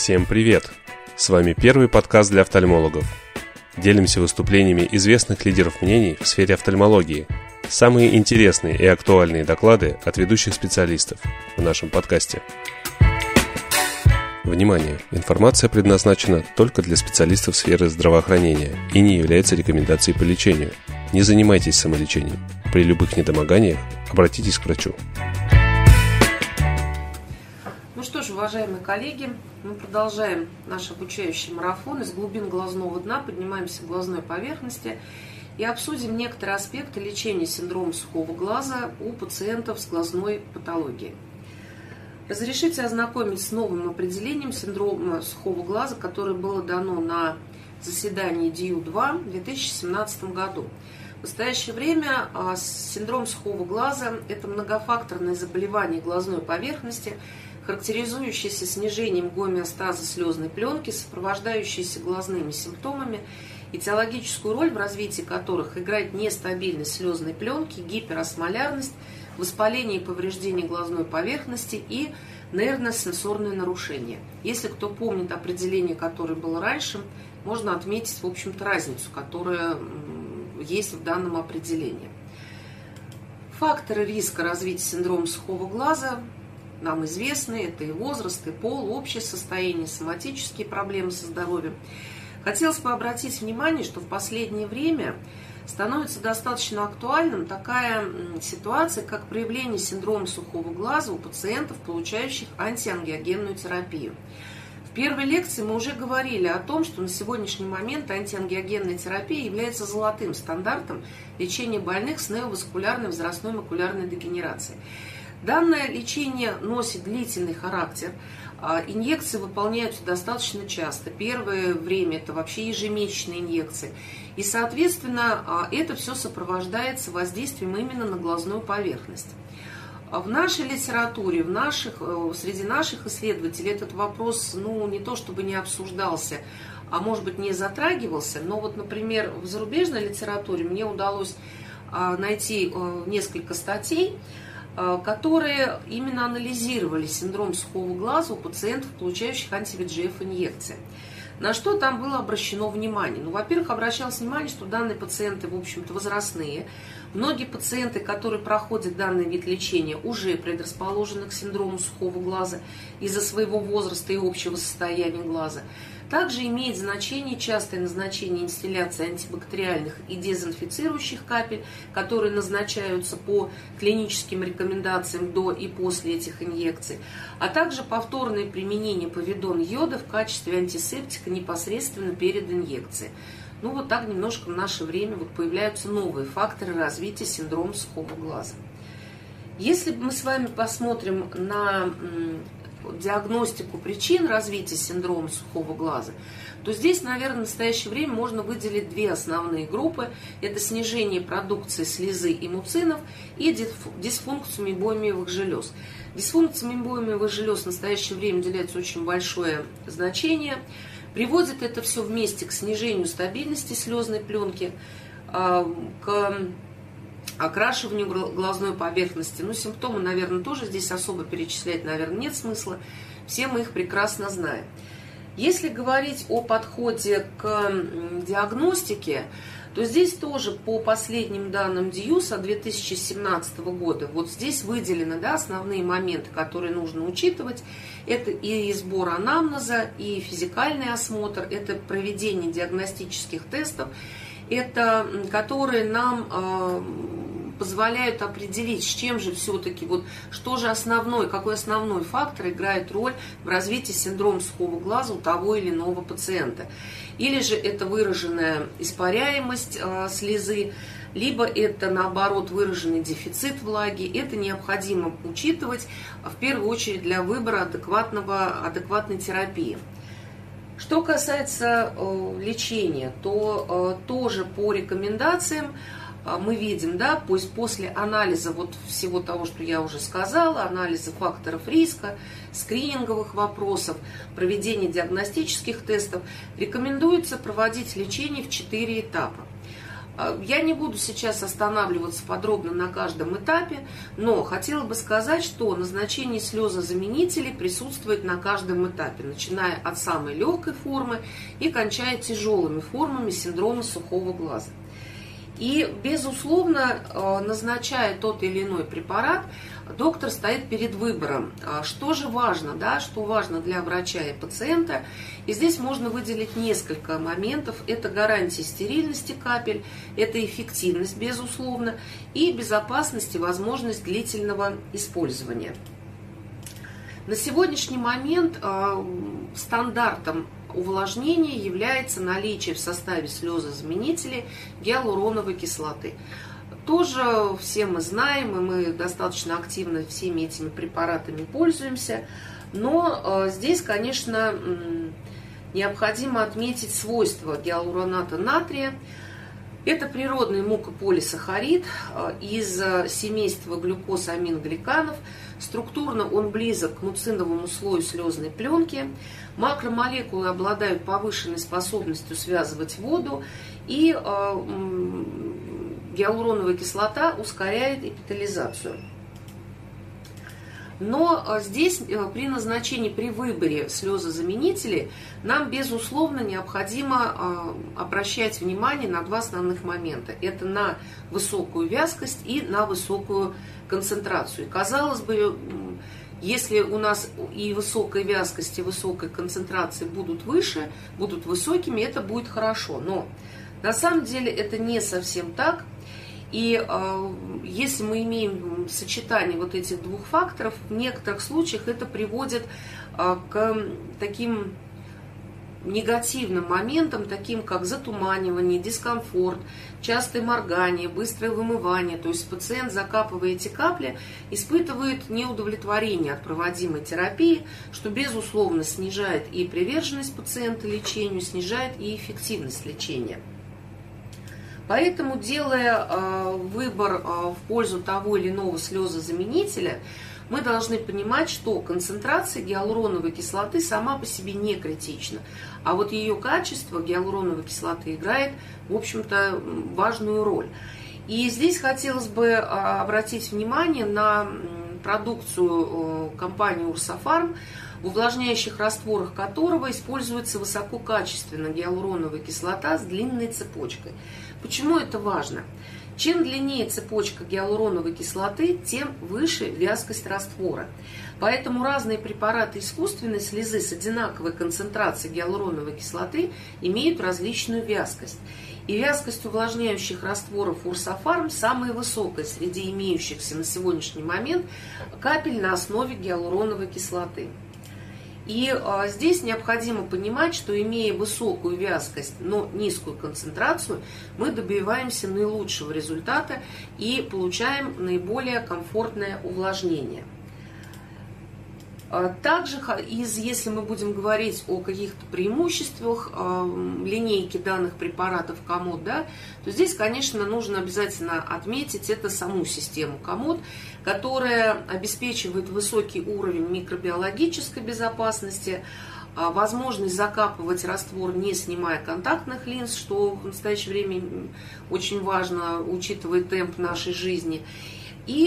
Всем привет! С вами первый подкаст для офтальмологов. Делимся выступлениями известных лидеров мнений в сфере офтальмологии. Самые интересные и актуальные доклады от ведущих специалистов в нашем подкасте. Внимание! Информация предназначена только для специалистов сферы здравоохранения и не является рекомендацией по лечению. Не занимайтесь самолечением. При любых недомоганиях обратитесь к врачу. Ну что ж, уважаемые коллеги, мы продолжаем наш обучающий марафон. Из глубин глазного дна поднимаемся к глазной поверхности и обсудим некоторые аспекты лечения синдрома сухого глаза у пациентов с глазной патологией. Разрешите ознакомить с новым определением синдрома сухого глаза, которое было дано на заседании ДИЮ-2 в 2017 году. В настоящее время синдром сухого глаза – это многофакторное заболевание глазной поверхности, характеризующееся снижением гомеостаза слезной пленки, сопровождающееся глазными симптомами, этиологическую роль в развитии которых играет нестабильность слезной пленки, гиперосмолярность, воспаление и повреждение глазной поверхности и нервно-сенсорные нарушения. Если кто помнит определение, которое было раньше, можно отметить, в общем-то, разницу, которая есть в данном определении. Факторы риска развития синдрома сухого глаза нам известны. Это и возраст, и пол, общее состояние, соматические проблемы со здоровьем. Хотелось бы обратить внимание, что в последнее время становится достаточно актуальным такая ситуация, как проявление синдрома сухого глаза у пациентов, получающих антиангиогенную терапию. В первой лекции мы уже говорили о том, что на сегодняшний момент антиангиогенная терапия является золотым стандартом лечения больных с неоваскулярной возрастной макулярной дегенерацией. Данное лечение носит длительный характер. Инъекции выполняются достаточно часто. Первое время это вообще ежемесячные инъекции. И, соответственно, это все сопровождается воздействием именно на глазную поверхность. В нашей литературе, среди наших исследователей этот вопрос, не то чтобы не обсуждался, а может быть не затрагивался. Но вот, например, в зарубежной литературе мне удалось найти несколько статей, которые именно анализировали синдром сухого глаза у пациентов, получающих анти-VEGF инъекции. На что там было обращено внимание? Во-первых, обращалось внимание, что данные пациенты, в общем-то, возрастные. Многие пациенты, которые проходят данный вид лечения, уже предрасположены к синдрому сухого глаза из-за своего возраста и общего состояния глаза. Также имеет значение частое назначение инстилляции антибактериальных и дезинфицирующих капель, которые назначаются по клиническим рекомендациям до и после этих инъекций, а также повторное применение повидон-йода в качестве антисептика непосредственно перед инъекцией. Вот так немножко в наше время появляются новые факторы развития синдрома сухого глаза. Если мы с вами посмотрим на диагностику причин развития синдрома сухого глаза, то здесь, наверное, в настоящее время можно выделить две основные группы. Это снижение продукции слезы и муцинов и дисфункцию мейбоmiевых желез. Дисфункции мейбоmiевых желез в настоящее время уделяется очень большое значение. Приводит это все вместе к снижению стабильности слезной пленки, к окрашиванию глазной поверхности. Симптомы, наверное, тоже здесь особо перечислять, наверное, нет смысла. Все мы их прекрасно знаем. Если говорить о подходе к диагностике, то здесь тоже по последним данным ДИЮСа 2017 года, здесь выделены основные моменты, которые нужно учитывать. Это и сбор анамнеза, и физикальный осмотр, это проведение диагностических тестов, это которые нам позволяют определить, с чем же все-таки, что же основной, какой основной фактор играет роль в развитии синдрома сухого глаза у того или иного пациента. Или же это выраженная испаряемость слезы, либо это, наоборот, выраженный дефицит влаги. Это необходимо учитывать, в первую очередь, для выбора адекватной терапии. Что касается лечения, то тоже по рекомендациям мы видим, после анализа всего того, что я уже сказала, анализа факторов риска, скрининговых вопросов, проведения диагностических тестов, рекомендуется проводить лечение в 4 этапа. Я не буду сейчас останавливаться подробно на каждом этапе, но хотела бы сказать, что назначение слезозаменителей присутствует на каждом этапе, начиная от самой легкой формы и кончая тяжелыми формами синдрома сухого глаза. И, безусловно, назначая тот или иной препарат, доктор стоит перед выбором, что же важно, да, что важно для врача и пациента. И здесь можно выделить несколько моментов. Это гарантия стерильности капель, это эффективность, безусловно, и безопасность и возможность длительного использования. На сегодняшний момент стандартом увлажнения является наличие в составе слезозаменителей гиалуроновой кислоты. Тоже все мы знаем, и мы достаточно активно всеми этими препаратами пользуемся, но здесь, конечно, необходимо отметить свойства гиалуроната натрия. Это природный мукополисахарид из семейства глюкозаминогликанов. Структурно он близок к муциновому слою слезной пленки. Макромолекулы обладают повышенной способностью связывать воду, и гиалуроновая кислота ускоряет эпителизацию. Но здесь при назначении, при выборе слезозаменителей нам, безусловно, необходимо обращать внимание на два основных момента. Это на высокую вязкость и на высокую концентрацию. И, казалось бы, если у нас и высокая вязкость, и высокая концентрация будут выше, будут высокими, это будет хорошо. Но на самом деле это не совсем так. И если мы имеем сочетание вот этих двух факторов, в некоторых случаях это приводит к таким негативным моментам, таким как затуманивание, дискомфорт, частое моргание, быстрое вымывание. То есть пациент, закапывая эти капли, испытывает неудовлетворение от проводимой терапии, что, безусловно, снижает и приверженность пациента лечению, снижает и эффективность лечения. Поэтому, делая выбор в пользу того или иного слезозаменителя, мы должны понимать, что концентрация гиалуроновой кислоты сама по себе не критична, а вот ее качество гиалуроновой кислоты играет, в общем-то, важную роль. И здесь хотелось бы обратить внимание на продукцию компании Урсофарм, в увлажняющих растворах которого используется высококачественная гиалуроновая кислота с длинной цепочкой. Почему это важно? Чем длиннее цепочка гиалуроновой кислоты, тем выше вязкость раствора. Поэтому разные препараты искусственной слезы с одинаковой концентрацией гиалуроновой кислоты имеют различную вязкость. И вязкость увлажняющих растворов Урсофарм самая высокая среди имеющихся на сегодняшний момент капель на основе гиалуроновой кислоты. И здесь необходимо понимать, что, имея высокую вязкость, но низкую концентрацию, мы добиваемся наилучшего результата и получаем наиболее комфортное увлажнение. Также, если мы будем говорить о каких-то преимуществах линейки данных препаратов КОМОД, да, то здесь, конечно, нужно обязательно отметить это саму систему КОМОД, которая обеспечивает высокий уровень микробиологической безопасности, возможность закапывать раствор, не снимая контактных линз, что в настоящее время очень важно, учитывая темп нашей жизни. И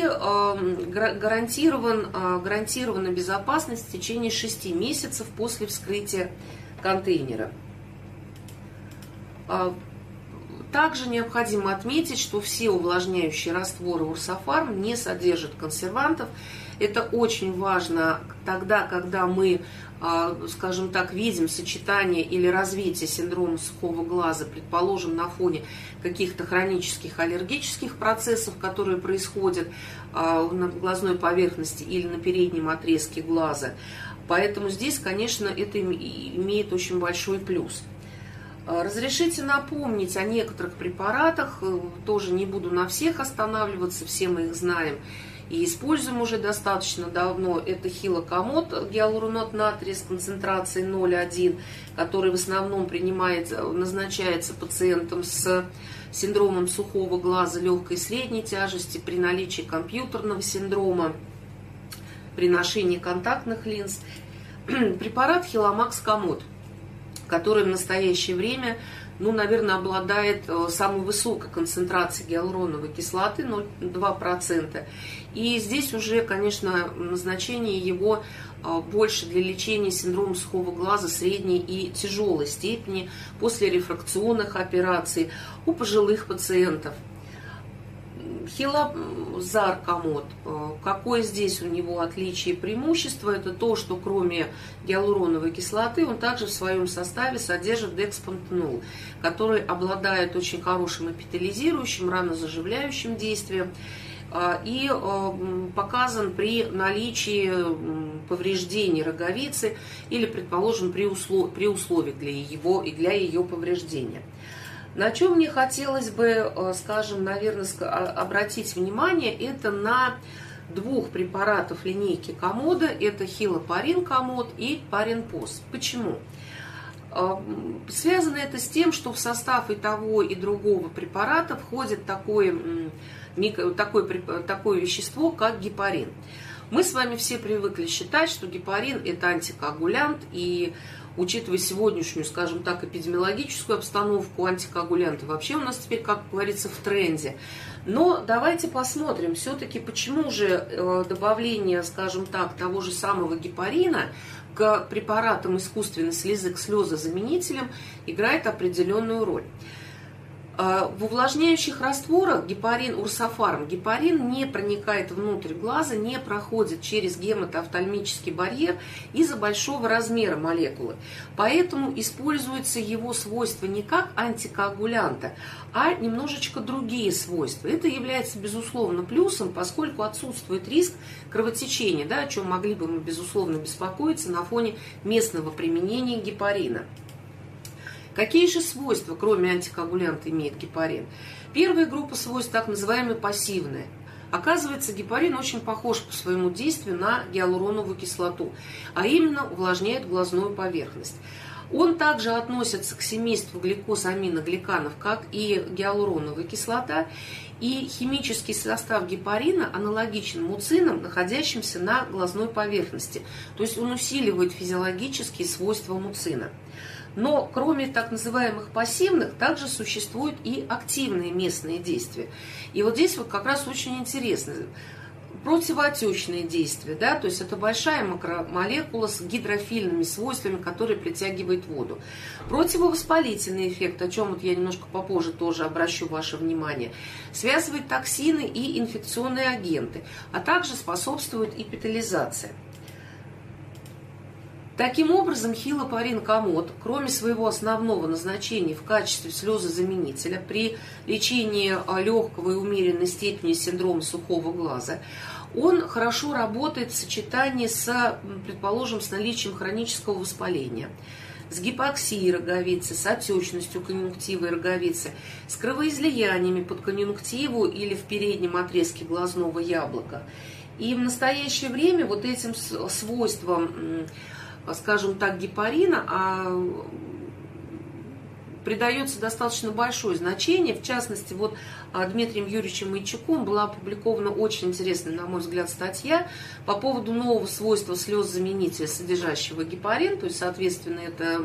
гарантирована безопасность в течение 6 месяцев после вскрытия контейнера. Также необходимо отметить, что все увлажняющие растворы Урсофарм не содержат консервантов. Это очень важно тогда, когда мы, скажем так, видим сочетание или развитие синдрома сухого глаза, предположим, на фоне каких-то хронических аллергических процессов, которые происходят на глазной поверхности или на переднем отрезке глаза. Поэтому здесь, конечно, это имеет очень большой плюс. Разрешите напомнить о некоторых препаратах, тоже не буду на всех останавливаться, все мы их знаем и используем уже достаточно давно. Это хилокомод, гиалуронат натрия с концентрацией 0,1, который в основном назначается пациентам с синдромом сухого глаза легкой и средней тяжести при наличии компьютерного синдрома, при ношении контактных линз. Препарат Хиломакс Комод, который в настоящее время наверное, обладает самой высокой концентрацией гиалуроновой кислоты, 0,2%. И здесь уже, конечно, назначение его больше для лечения синдрома сухого глаза средней и тяжелой степени после рефракционных операций у пожилых пациентов. Хилозар комод. Какое здесь у него отличие и преимущество? Это то, что кроме гиалуроновой кислоты он также в своем составе содержит декспантенол, который обладает очень хорошим эпителизирующим, ранозаживляющим действием и показан при наличии повреждений роговицы или, предположим, при условиях для ее повреждения. На чем мне хотелось бы, скажем, наверное, обратить внимание, это на двух препаратов линейки комода. Это хилопарин комод и парин-поз. Почему? Связано это с тем, что в состав и того, и другого препарата входит такое вещество, как гепарин. Мы с вами все привыкли считать, что гепарин – это антикоагулянт, и учитывая сегодняшнюю, скажем так, эпидемиологическую обстановку, антикоагулянты вообще у нас теперь, как говорится, в тренде. Но давайте посмотрим все-таки, почему же добавление, скажем так, того же самого гепарина к препаратам искусственной слезы, к слезозаменителям, играет определенную роль. В увлажняющих растворах гепарин, урсофарм, гепарин не проникает внутрь глаза, не проходит через гематоофтальмический барьер из-за большого размера молекулы. Поэтому используются его свойства не как антикоагулянта, а немножечко другие свойства. Это является, безусловно, плюсом, поскольку отсутствует риск кровотечения, о чем могли бы мы, безусловно, беспокоиться на фоне местного применения гепарина. Какие же свойства, кроме антикоагулянта, имеет гепарин? Первая группа свойств, так называемые пассивные. Оказывается, гепарин очень похож по своему действию на гиалуроновую кислоту, а именно увлажняет глазную поверхность. Он также относится к семейству гликозаминогликанов, как и гиалуроновая кислота, и химический состав гепарина аналогичен муцинам, находящимся на глазной поверхности, то есть он усиливает физиологические свойства муцина. Но кроме так называемых пассивных, также существуют и активные местные действия. И вот здесь вот как раз очень интересно. Противоотечные действия, то есть это большая макромолекула с гидрофильными свойствами, которая притягивает воду. Противовоспалительный эффект, о чем я немножко попозже тоже обращу ваше внимание, связывает токсины и инфекционные агенты, а также способствует эпителизации. Таким образом, хилопарин комод, кроме своего основного назначения в качестве слезозаменителя при лечении легкого и умеренной степени синдрома сухого глаза, он хорошо работает в сочетании с, предположим, с наличием хронического воспаления, с гипоксией роговицы, с отечностью конъюнктивы роговицы, с кровоизлияниями под конъюнктиву или в переднем отрезке глазного яблока. И в настоящее время вот этим свойствам, скажем так, гепарина придается достаточно большое значение. В частности, вот Дмитрием Юрьевичем Майчуком была опубликована очень интересная, на мой взгляд, статья по поводу нового свойства слезозаменителя, содержащего гепарин, то есть, соответственно, это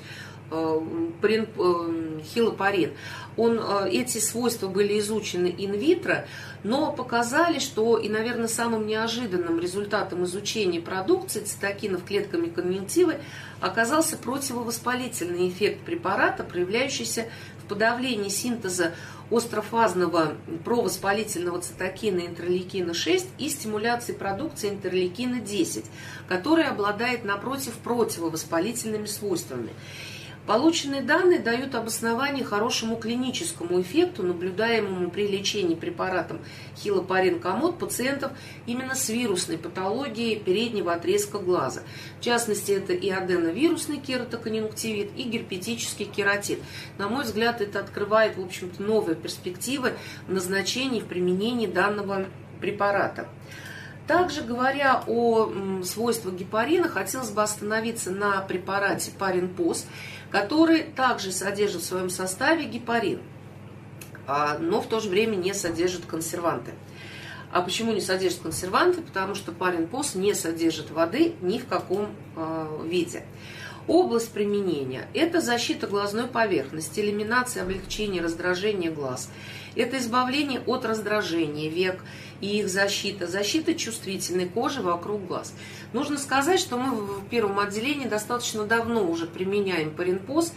хилопарин. Эти свойства были изучены инвитро, но показали, что и, наверное, самым неожиданным результатом изучения продукции цитокинов клетками конъюнктивы оказался противовоспалительный эффект препарата, проявляющийся в подавлении синтеза острофазного провоспалительного цитокина интерлейкина-6 и стимуляции продукции интерлейкина-10, который обладает, напротив, противовоспалительными свойствами. Полученные данные дают обоснование хорошему клиническому эффекту, наблюдаемому при лечении препаратом хилопарин комод пациентов именно с вирусной патологией переднего отрезка глаза. В частности, это и аденовирусный кератоконъюнктивит, и герпетический кератит. На мой взгляд, это открывает, в общем-то, новые перспективы в назначении и в применении данного препарата. Также, говоря о свойствах гепарина, хотелось бы остановиться на препарате парин-поз, который также содержит в своем составе гепарин, но в то же время не содержит консерванты. А почему не содержит консерванты? Потому что парин-поз не содержит воды ни в каком виде. Область применения – это защита глазной поверхности, элиминация, облегчение раздражения глаз. Это избавление от раздражения век и их защита, защита чувствительной кожи вокруг глаз. Нужно сказать, что мы в первом отделении достаточно давно уже применяем Паренпос.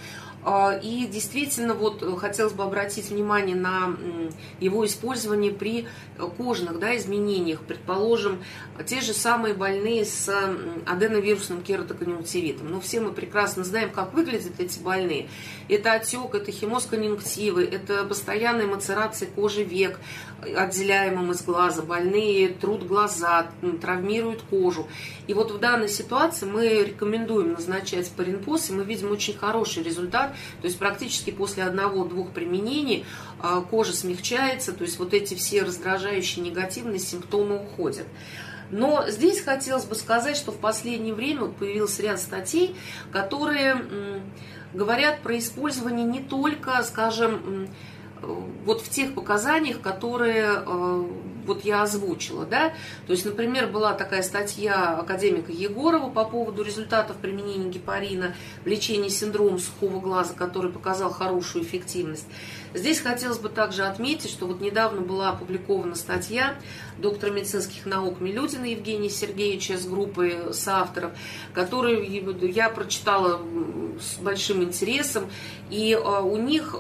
И действительно, вот хотелось бы обратить внимание на его использование при кожных изменениях. Предположим, те же самые больные с аденовирусным кератоконъюнктивитом. Но все мы прекрасно знаем, как выглядят эти больные. Это отек, это химоз конъюнктивы, это постоянная мацерация кожи век, отделяемым из глаза. Больные трут глаза, травмируют кожу. И вот в данной ситуации мы рекомендуем назначать Паренпос, и мы видим очень хороший результат. То есть практически после 1-2 применений кожа смягчается, то есть вот эти все раздражающие негативные симптомы уходят. Но здесь хотелось бы сказать, что в последнее время появился ряд статей, которые говорят про использование не только, скажем, вот в тех показаниях, которые вот я озвучила, да, то есть, например, была такая статья академика Егорова по поводу результатов применения гепарина в лечении синдрома сухого глаза, который показал хорошую эффективность. Здесь хотелось бы также отметить, что вот недавно была опубликована статья доктора медицинских наук Милютина Евгения Сергеевича с группой соавторов, которую я прочитала с большим интересом, и у них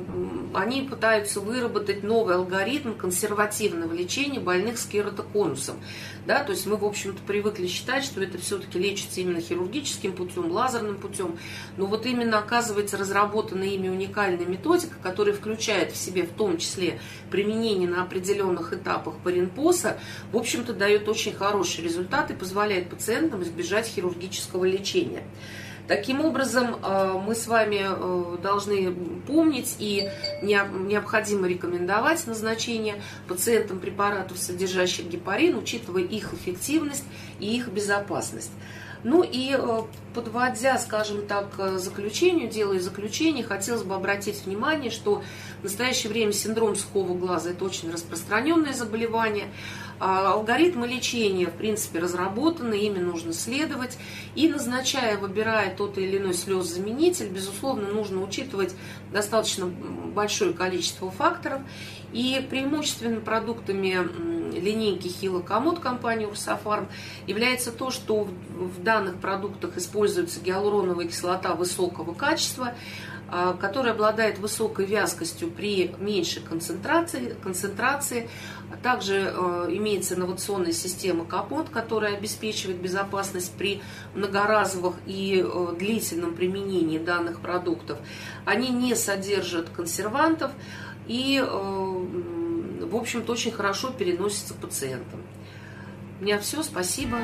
они пытаются выработать новый алгоритм консервативного лечения больных с кератоконусом. Да, то есть мы, в общем-то, привыкли считать, что это все-таки лечится именно хирургическим путем, лазерным путем, но вот именно, оказывается, разработана ими уникальная методика, которая включает в себе в том числе применение на определенных этапах Паренпоса, в общем-то, дает очень хороший результат и позволяет пациентам избежать хирургического лечения. Таким образом, мы с вами должны помнить и необходимо рекомендовать назначение пациентам препаратов, содержащих гепарин, учитывая их эффективность и их безопасность. Ну и подводя, скажем так, заключению, делая заключение, хотелось бы обратить внимание, что в настоящее время синдром сухого глаза – это очень распространенное заболевание. Алгоритмы лечения, в принципе, разработаны, ими нужно следовать. И назначая, выбирая тот или иной слезозаменитель, безусловно, нужно учитывать достаточно большое количество факторов. И преимущественными продуктами линейки Хилокомод компании Урсофарм является то, что в данных продуктах используется гиалуроновая кислота высокого качества, которая обладает высокой вязкостью при меньшей концентрации. Также имеется инновационная система Капот, которая обеспечивает безопасность при многоразовых и длительном применении данных продуктов. Они не содержат консервантов и, в общем-то, очень хорошо переносятся пациентам. У меня все, спасибо.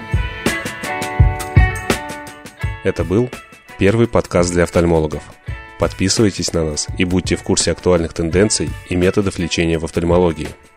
Это был первый подкаст для офтальмологов. Подписывайтесь на нас и будьте в курсе актуальных тенденций и методов лечения в офтальмологии.